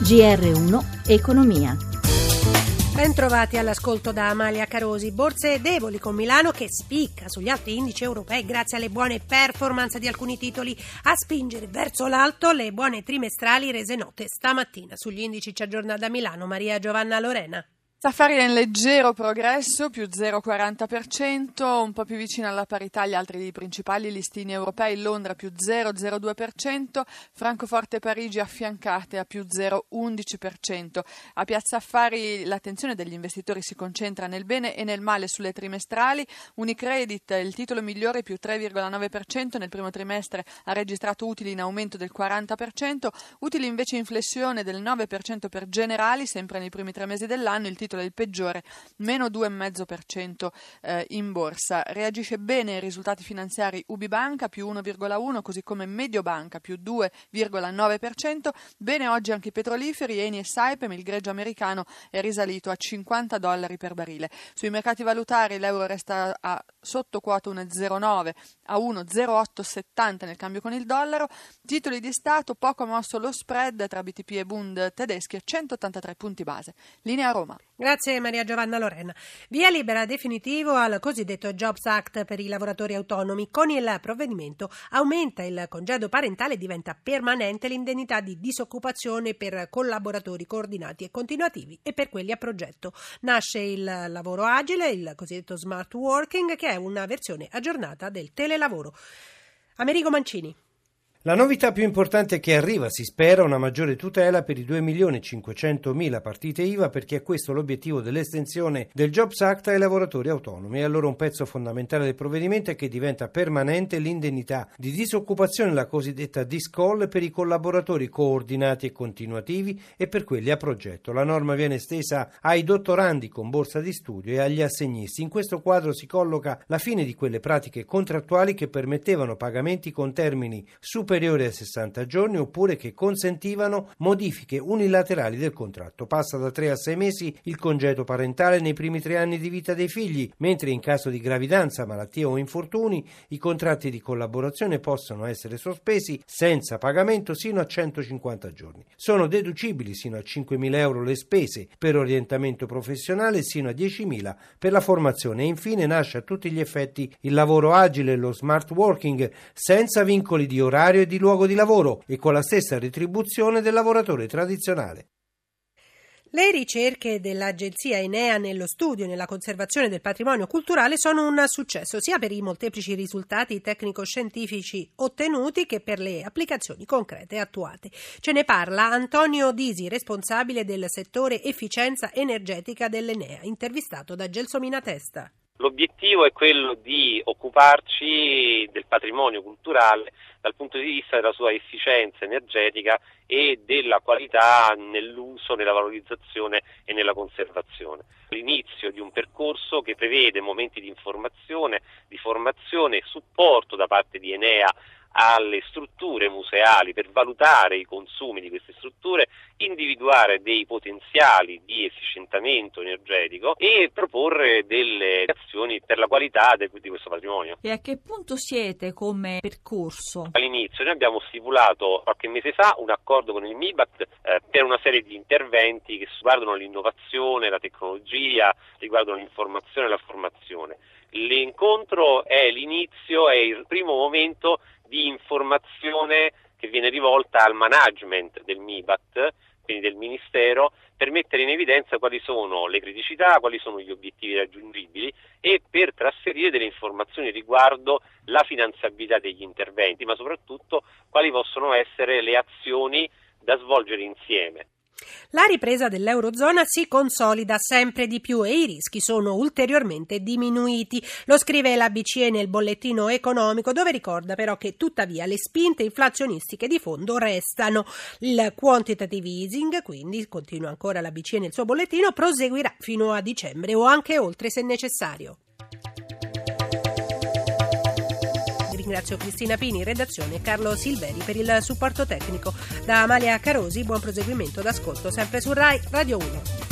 GR1 Economia. Ben trovati all'ascolto da Amalia Carosi. Borse deboli con Milano che spicca sugli alti indici europei grazie alle buone performance di alcuni titoli. A spingere verso l'alto le buone trimestrali rese note stamattina. Sugli indici ci aggiorna da Milano Maria Giovanna Lorena. Safari è in leggero progresso, più 0,40%, un po' più vicino alla parità gli altri principali listini europei, Londra più 0,02%, Francoforte e Parigi affiancate a più 0,11%. A Piazza Affari l'attenzione degli investitori si concentra nel bene e nel male sulle trimestrali. Unicredit, il titolo migliore, più 3,9%, nel primo trimestre ha registrato utili in aumento del 40%, utili invece in flessione del 9% per Generali, sempre nei primi 3 mesi dell'anno. Il titolo è il peggiore, meno 2,5% in borsa. Reagisce bene ai risultati finanziari UbiBanca, più 1,1%, così come Mediobanca, più 2,9%. Bene oggi anche i petroliferi, Eni e Saipem, il greggio americano è risalito a $50 per barile. Sui mercati valutari l'euro resta sotto quota 1,09 a 1,0870 nel cambio con il dollaro. Titoli di Stato, poco mosso lo spread tra BTP e Bund tedeschi a 183 punti base. Linea Roma. Grazie Maria Giovanna Lorena. Via libera definitivo al cosiddetto Jobs Act per i lavoratori autonomi. Con il provvedimento aumenta il congedo parentale e diventa permanente l'indennità di disoccupazione per collaboratori coordinati e continuativi e per quelli a progetto. Nasce il lavoro agile, il cosiddetto smart working, che è una versione aggiornata del telelavoro. Amerigo Mancini. La novità più importante che arriva, si spera, una maggiore tutela per i 2.500.000 partite IVA, perché è questo l'obiettivo dell'estensione del Jobs Act ai lavoratori autonomi. E allora un pezzo fondamentale del provvedimento è che diventa permanente l'indennità di disoccupazione, la cosiddetta DISCOL, per i collaboratori coordinati e continuativi e per quelli a progetto. La norma viene estesa ai dottorandi con borsa di studio e agli assegnisti. In questo quadro si colloca la fine di quelle pratiche contrattuali che permettevano pagamenti con termini superiori a 60 giorni oppure che consentivano modifiche unilaterali del contratto. Passa da 3 a 6 mesi il congedo parentale nei primi 3 anni di vita dei figli, mentre in caso di gravidanza, malattia o infortuni i contratti di collaborazione possono essere sospesi senza pagamento sino a 150 giorni. Sono deducibili sino a 5.000 euro le spese per orientamento professionale e sino a 10.000 per la formazione. E infine nasce a tutti gli effetti il lavoro agile e lo smart working senza vincoli di orario di luogo di lavoro e con la stessa retribuzione del lavoratore tradizionale. Le ricerche dell'agenzia Enea nello studio e nella conservazione del patrimonio culturale sono un successo sia per i molteplici risultati tecnico-scientifici ottenuti che per le applicazioni concrete attuate. Ce ne parla Antonio Disi, responsabile del settore efficienza energetica dell'Enea, intervistato da Gelsomina Testa. L'obiettivo è quello di occuparci del patrimonio culturale dal punto di vista della sua efficienza energetica e della qualità nell'uso, nella valorizzazione e nella conservazione. L'inizio di un percorso che prevede momenti di informazione, di formazione e supporto da parte di Enea alle strutture museali per valutare i consumi di queste strutture, individuare dei potenziali di efficientamento energetico e proporre delle azioni per la qualità di questo patrimonio. E a che punto siete come percorso? All'inizio noi abbiamo stipulato qualche mese fa un accordo con il MIBACT per una serie di interventi che riguardano l'innovazione, la tecnologia, riguardano l'informazione e la formazione. L'incontro è l'inizio, è il primo momento di informazione che viene rivolta al management del MIBACT, quindi del Ministero, per mettere in evidenza quali sono le criticità, quali sono gli obiettivi raggiungibili e per trasferire delle informazioni riguardo la finanziabilità degli interventi, ma soprattutto quali possono essere le azioni da svolgere insieme. La ripresa dell'Eurozona si consolida sempre di più e i rischi sono ulteriormente diminuiti. Lo scrive la BCE nel bollettino economico, dove ricorda però che tuttavia le spinte inflazionistiche di fondo restano. Il quantitative easing, quindi, continua ancora la BCE nel suo bollettino, proseguirà fino a dicembre o anche oltre se necessario. Ringrazio Cristina Pini, redazione, e Carlo Silveri per il supporto tecnico. Da Amalia Carosi, buon proseguimento d'ascolto sempre su Rai Radio 1.